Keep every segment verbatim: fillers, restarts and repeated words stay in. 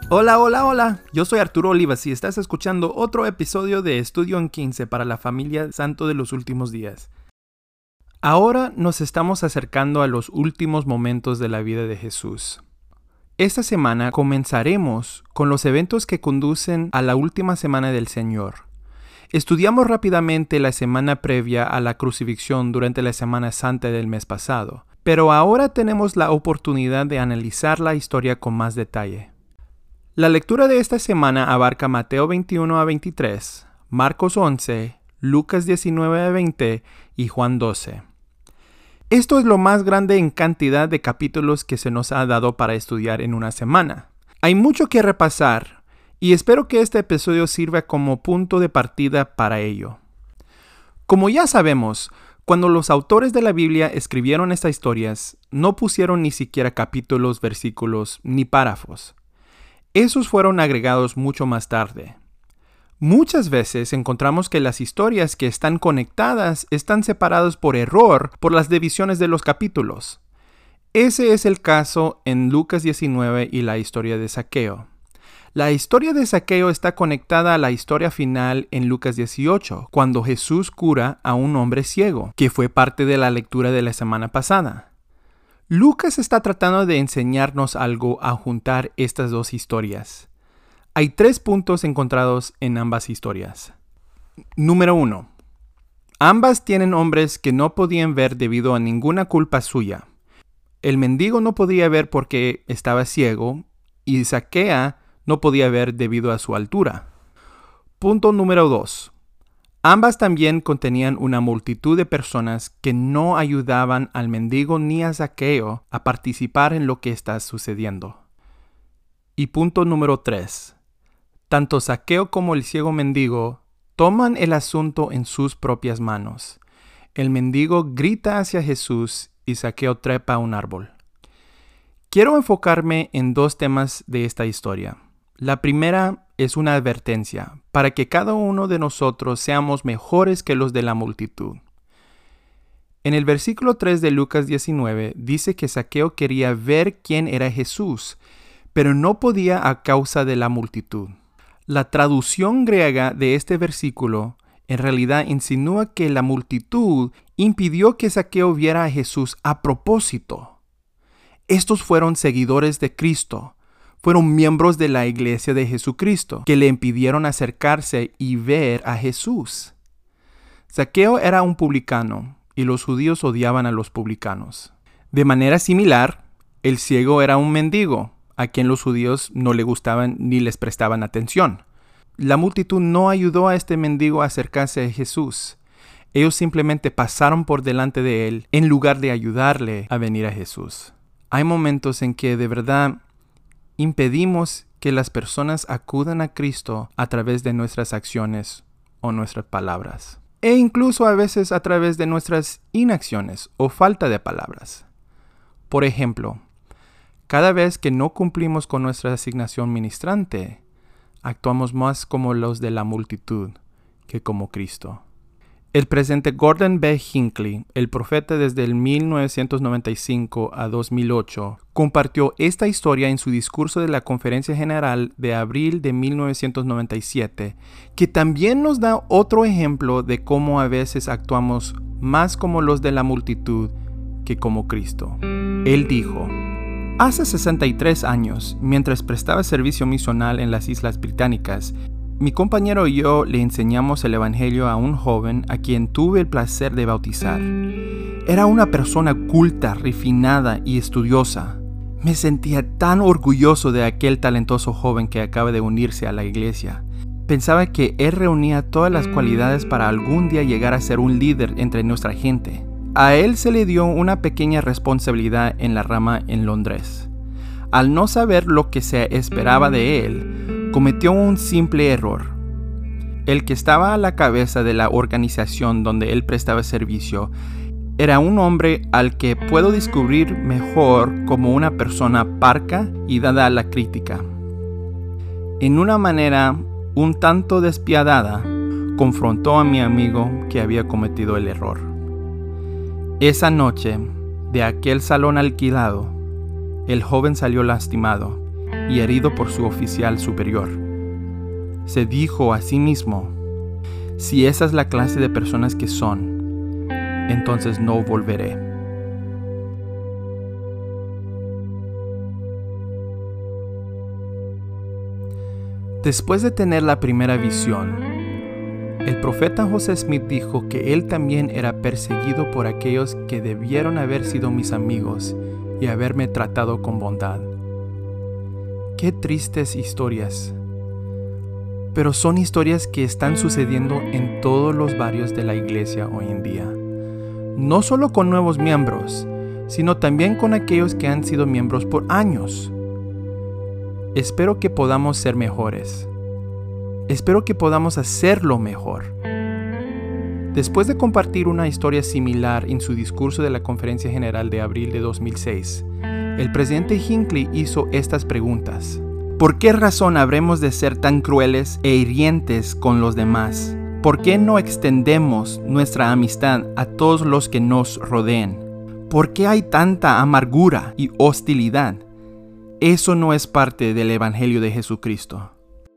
Hola, hola, hola, yo soy Arturo Olivas y estás escuchando otro episodio de Estudio en quince para la familia Santo de los Últimos Días. Ahora nos estamos acercando a los últimos momentos de la vida de Jesús. Esta semana comenzaremos con los eventos que conducen a la última semana del Señor. Estudiamos rápidamente la semana previa a la crucifixión durante la Semana Santa del mes pasado, pero ahora tenemos la oportunidad de analizar la historia con más detalle. La lectura de esta semana abarca Mateo veintiuno a veintitrés, Marcos once, Lucas diecinueve a veinte y Juan doce. Esto es lo más grande en cantidad de capítulos que se nos ha dado para estudiar en una semana. Hay mucho que repasar y espero que este episodio sirva como punto de partida para ello. Como ya sabemos, cuando los autores de la Biblia escribieron estas historias, no pusieron ni siquiera capítulos, versículos ni párrafos. Esos fueron agregados mucho más tarde. Muchas veces encontramos que las historias que están conectadas están separadas por error por las divisiones de los capítulos. Ese es el caso en Lucas diecinueve y la historia de Zaqueo. La historia de Zaqueo está conectada a la historia final en Lucas dieciocho, cuando Jesús cura a un hombre ciego, que fue parte de la lectura de la semana pasada. Lucas está tratando de enseñarnos algo al juntar estas dos historias. Hay tres puntos encontrados en ambas historias. Número uno. Ambas tienen hombres que no podían ver debido a ninguna culpa suya. El mendigo no podía ver porque estaba ciego y Zaqueo no podía ver debido a su altura. Punto número dos. Ambas también contenían una multitud de personas que no ayudaban al mendigo ni a Zaqueo a participar en lo que está sucediendo. Y punto número tres. Tanto Zaqueo como el ciego mendigo toman el asunto en sus propias manos. El mendigo grita hacia Jesús y Zaqueo trepa a un árbol. Quiero enfocarme en dos temas de esta historia. La primera es una advertencia para que cada uno de nosotros seamos mejores que los de la multitud. En el versículo tres de Lucas diecinueve dice que Zaqueo quería ver quién era Jesús, pero no podía a causa de la multitud. La traducción griega de este versículo en realidad insinúa que la multitud impidió que Zaqueo viera a Jesús a propósito. Estos fueron seguidores de Cristo. Fueron miembros de la iglesia de Jesucristo que le impidieron acercarse y ver a Jesús. Zaqueo era un publicano y los judíos odiaban a los publicanos. De manera similar, el ciego era un mendigo a quien los judíos no le gustaban ni les prestaban atención. La multitud no ayudó a este mendigo a acercarse a Jesús. Ellos simplemente pasaron por delante de él en lugar de ayudarle a venir a Jesús. Hay momentos en que de verdad impedimos que las personas acudan a Cristo a través de nuestras acciones o nuestras palabras. E incluso a veces a través de nuestras inacciones o falta de palabras. Por ejemplo, cada vez que no cumplimos con nuestra asignación ministrante, actuamos más como los de la multitud que como Cristo. El presidente Gordon B. Hinckley, el profeta desde el mil novecientos noventa y cinco a dos mil ocho, compartió esta historia en su discurso de la Conferencia General de abril de mil novecientos noventa y siete, que también nos da otro ejemplo de cómo a veces actuamos más como los de la multitud que como Cristo. Él dijo: hace sesenta y tres años, mientras prestaba servicio misional en las Islas Británicas, mi compañero y yo le enseñamos el evangelio a un joven a quien tuve el placer de bautizar. Era una persona culta, refinada y estudiosa. Me sentía tan orgulloso de aquel talentoso joven que acaba de unirse a la iglesia. Pensaba que él reunía todas las cualidades para algún día llegar a ser un líder entre nuestra gente. A él se le dio una pequeña responsabilidad en la rama en Londres. Al no saber lo que se esperaba de él, cometió un simple error. El que estaba a la cabeza de la organización donde él prestaba servicio era un hombre al que puedo descubrir mejor como una persona parca y dada a la crítica. En una manera un tanto despiadada, confrontó a mi amigo que había cometido el error. Esa noche, de aquel salón alquilado, el joven salió lastimado y herido por su oficial superior. Se dijo a sí mismo, si esa es la clase de personas que son, entonces no volveré. Después de tener la primera visión, el profeta José Smith dijo que él también era perseguido por aquellos que debieron haber sido mis amigos y haberme tratado con bondad. Qué tristes historias. Pero son historias que están sucediendo en todos los barrios de la iglesia hoy en día. No solo con nuevos miembros, sino también con aquellos que han sido miembros por años. Espero que podamos ser mejores. Espero que podamos hacerlo mejor. Después de compartir una historia similar en su discurso de la Conferencia General de abril de dos mil seis, el presidente Hinckley hizo estas preguntas. ¿Por qué razón habremos de ser tan crueles e hirientes con los demás? ¿Por qué no extendemos nuestra amistad a todos los que nos rodeen? ¿Por qué hay tanta amargura y hostilidad? Eso no es parte del Evangelio de Jesucristo.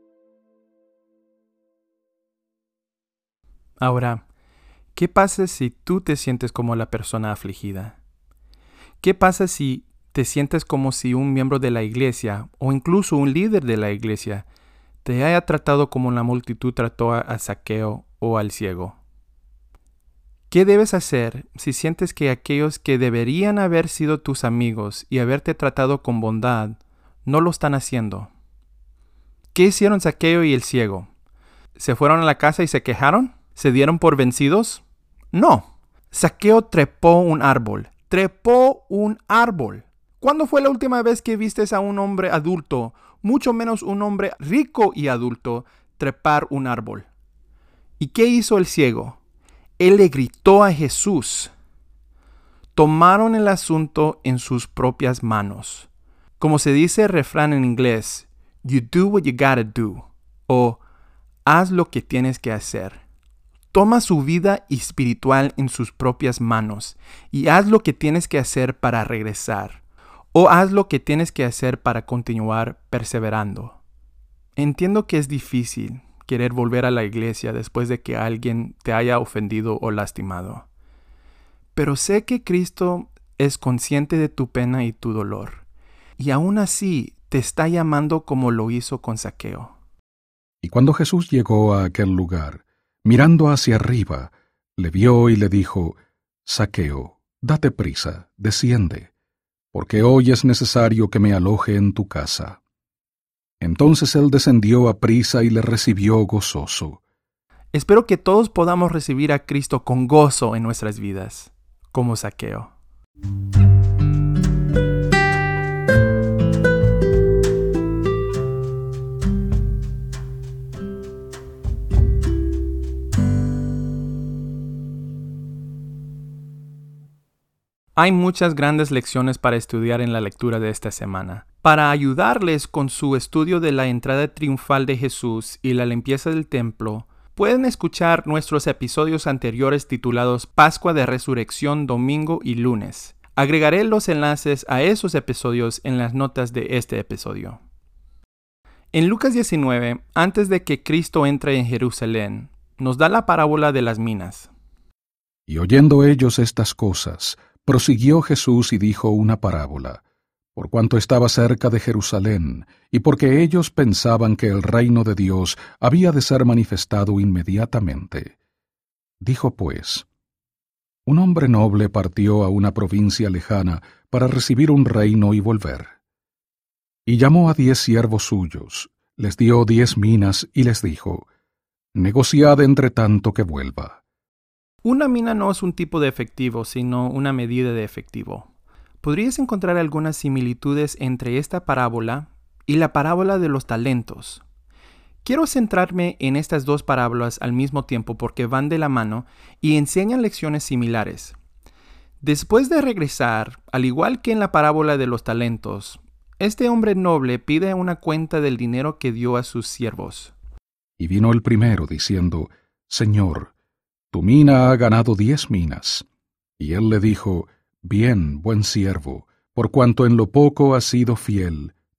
Ahora, ¿qué pasa si tú te sientes como la persona afligida? ¿Qué pasa si te sientes como si un miembro de la iglesia o incluso un líder de la iglesia te haya tratado como la multitud trató a Zaqueo o al ciego? ¿Qué debes hacer si sientes que aquellos que deberían haber sido tus amigos y haberte tratado con bondad no lo están haciendo? ¿Qué hicieron Zaqueo y el ciego? ¿Se fueron a la casa y se quejaron? ¿Se dieron por vencidos? No. Zaqueo trepó un árbol. Trepó un árbol. ¿Cuándo fue la última vez que viste a un hombre adulto, mucho menos un hombre rico y adulto, trepar un árbol? ¿Y qué hizo el ciego? Él le gritó a Jesús. Tomaron el asunto en sus propias manos. Como se dice el refrán en inglés, you do what you gotta do, o haz lo que tienes que hacer. Toma su vida espiritual en sus propias manos y haz lo que tienes que hacer para regresar, o haz lo que tienes que hacer para continuar perseverando. Entiendo que es difícil querer volver a la iglesia después de que alguien te haya ofendido o lastimado. Pero sé que Cristo es consciente de tu pena y tu dolor, y aún así te está llamando como lo hizo con Zaqueo. Y cuando Jesús llegó a aquel lugar, mirando hacia arriba, le vio y le dijo, Zaqueo, date prisa, desciende, porque hoy es necesario que me aloje en tu casa. Entonces él descendió a prisa y le recibió gozoso. Espero que todos podamos recibir a Cristo con gozo en nuestras vidas, como Zaqueo. Hay muchas grandes lecciones para estudiar en la lectura de esta semana. Para ayudarles con su estudio de la entrada triunfal de Jesús y la limpieza del templo, pueden escuchar nuestros episodios anteriores titulados Pascua de Resurrección, Domingo y Lunes. Agregaré los enlaces a esos episodios en las notas de este episodio. En Lucas diecinueve, antes de que Cristo entre en Jerusalén, nos da la parábola de las minas. Y oyendo ellos estas cosas, prosiguió Jesús y dijo una parábola, por cuanto estaba cerca de Jerusalén, y porque ellos pensaban que el reino de Dios había de ser manifestado inmediatamente. Dijo pues, un hombre noble partió a una provincia lejana para recibir un reino y volver. Y llamó a diez siervos suyos, les dio diez minas y les dijo, negociad entre tanto que vuelva. Una mina no es un tipo de efectivo, sino una medida de efectivo. ¿Podrías encontrar algunas similitudes entre esta parábola y la parábola de los talentos? Quiero centrarme en estas dos parábolas al mismo tiempo porque van de la mano y enseñan lecciones similares. Después de regresar, al igual que en la parábola de los talentos, este hombre noble pide una cuenta del dinero que dio a sus siervos. Y vino el primero diciendo, Señor, tu mina ha ganado diez minas. Y él le dijo, bien, buen siervo, por cuanto en lo poco has sido fiel,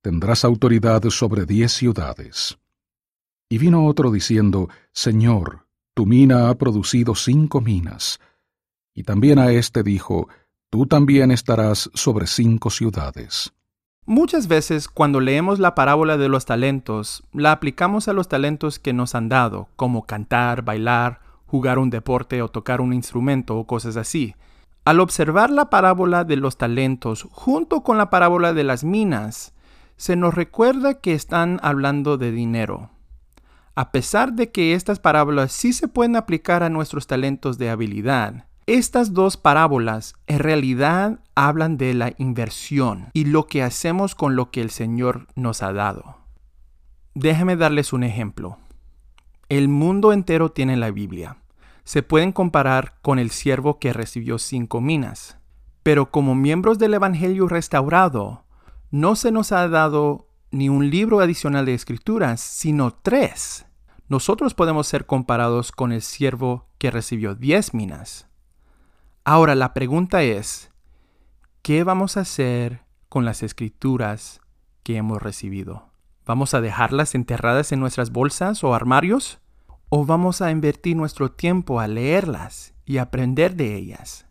tendrás autoridad sobre diez ciudades. Y vino otro diciendo, Señor, tu mina ha producido cinco minas. Y también a éste dijo, tú también estarás sobre cinco ciudades. Muchas veces cuando leemos la parábola de los talentos, la aplicamos a los talentos que nos han dado, como cantar, bailar, jugar un deporte o tocar un instrumento o cosas así. Al observar la parábola de los talentos junto con la parábola de las minas, se nos recuerda que están hablando de dinero. A pesar de que estas parábolas sí se pueden aplicar a nuestros talentos de habilidad, estas dos parábolas en realidad hablan de la inversión y lo que hacemos con lo que el Señor nos ha dado. Déjenme darles un ejemplo. El mundo entero tiene la Biblia. Se pueden comparar con el siervo que recibió cinco minas. Pero como miembros del Evangelio restaurado, no se nos ha dado ni un libro adicional de escrituras, sino tres. Nosotros podemos ser comparados con el siervo que recibió diez minas. Ahora la pregunta es, ¿qué vamos a hacer con las escrituras que hemos recibido? ¿Vamos a dejarlas enterradas en nuestras bolsas o armarios? ¿O vamos a invertir nuestro tiempo a leerlas y aprender de ellas?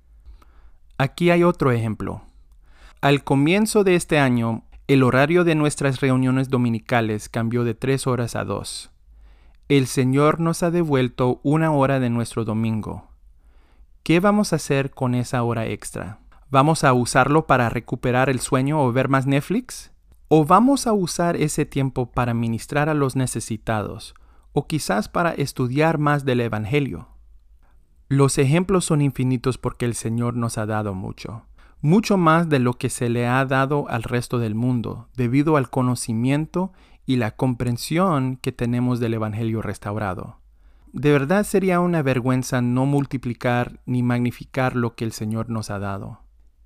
Aquí hay otro ejemplo. Al comienzo de este año, el horario de nuestras reuniones dominicales cambió de tres horas a dos. El Señor nos ha devuelto una hora de nuestro domingo. ¿Qué vamos a hacer con esa hora extra? ¿Vamos a usarlo para recuperar el sueño o ver más Netflix? ¿O vamos a usar ese tiempo para ministrar a los necesitados? ¿O quizás para estudiar más del Evangelio? Los ejemplos son infinitos porque el Señor nos ha dado mucho. Mucho más de lo que se le ha dado al resto del mundo, debido al conocimiento y la comprensión que tenemos del Evangelio restaurado. De verdad sería una vergüenza no multiplicar ni magnificar lo que el Señor nos ha dado.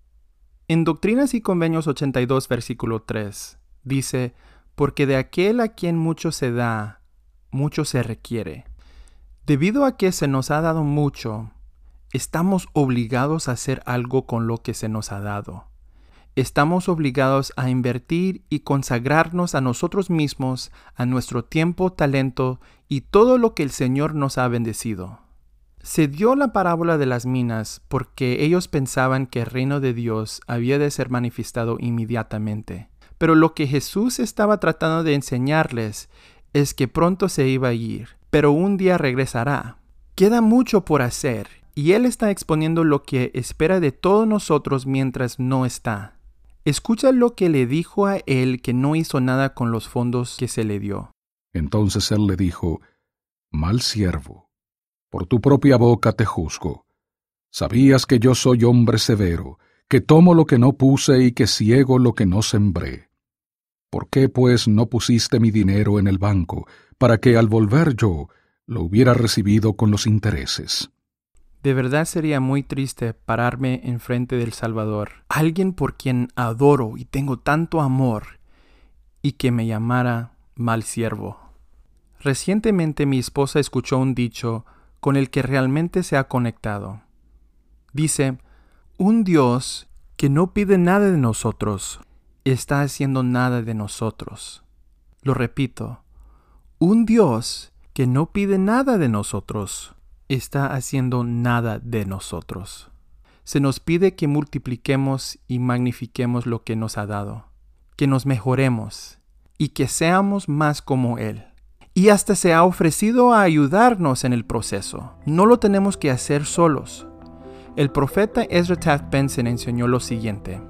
En Doctrinas y Convenios ochenta y dos, versículo tres, dice, porque de aquel a quien mucho se da, mucho se requiere. Debido a que se nos ha dado mucho, estamos obligados a hacer algo con lo que se nos ha dado. Estamos obligados a invertir y consagrarnos a nosotros mismos, a nuestro tiempo, talento y todo lo que el Señor nos ha bendecido. Se dio la parábola de las minas porque ellos pensaban que el reino de Dios había de ser manifestado inmediatamente. Pero lo que Jesús estaba tratando de enseñarles es que pronto se iba a ir, pero un día regresará. Queda mucho por hacer, y Él está exponiendo lo que espera de todos nosotros mientras no está. Escucha lo que le dijo a él que no hizo nada con los fondos que se le dio. Entonces él le dijo, mal siervo, por tu propia boca te juzgo. Sabías que yo soy hombre severo, que tomo lo que no puse y que ciego lo que no sembré. ¿Por qué, pues, no pusiste mi dinero en el banco, para que al volver yo lo hubiera recibido con los intereses? De verdad sería muy triste pararme enfrente del Salvador, alguien por quien adoro y tengo tanto amor, y que me llamara mal siervo. Recientemente mi esposa escuchó un dicho con el que realmente se ha conectado. Dice, un Dios que no pide nada de nosotros, está haciendo nada de nosotros. Lo repito, un Dios que no pide nada de nosotros, está haciendo nada de nosotros. Se nos pide que multipliquemos y magnifiquemos lo que nos ha dado, que nos mejoremos y que seamos más como Él. Y hasta se ha ofrecido a ayudarnos en el proceso. No lo tenemos que hacer solos. El profeta Ezra Taft Benson enseñó lo siguiente.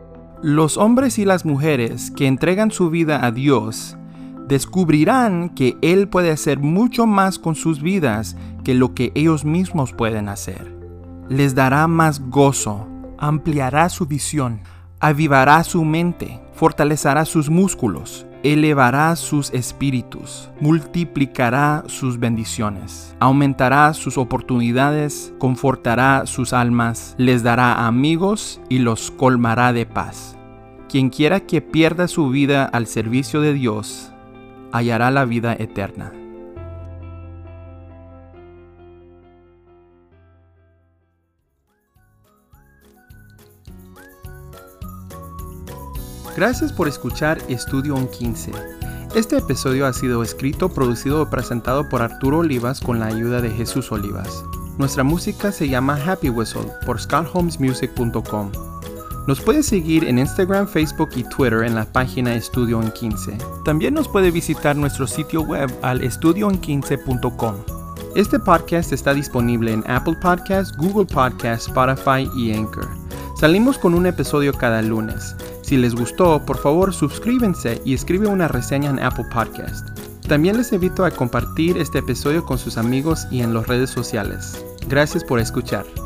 Los hombres y las mujeres que entregan su vida a Dios descubrirán que Él puede hacer mucho más con sus vidas que lo que ellos mismos pueden hacer. Les dará más gozo, ampliará su visión, avivará su mente, fortalecerá sus músculos, elevará sus espíritus, multiplicará sus bendiciones, aumentará sus oportunidades, confortará sus almas, les dará amigos y los colmará de paz. Quien quiera que pierda su vida al servicio de Dios, hallará la vida eterna. Gracias por escuchar Estudio en quince. Este episodio ha sido escrito, producido y presentado por Arturo Olivas con la ayuda de Jesús Olivas. Nuestra música se llama Happy Whistle por scott holmes music punto com. Nos puede seguir en Instagram, Facebook y Twitter en la página Estudio en quince. También nos puede visitar nuestro sitio web al estudio en quince punto com. Este podcast está disponible en Apple Podcasts, Google Podcasts, Spotify y Anchor. Salimos con un episodio cada lunes. Si les gustó, por favor suscríbanse y escribe una reseña en Apple Podcast. También les invito a compartir este episodio con sus amigos y en las redes sociales. Gracias por escuchar.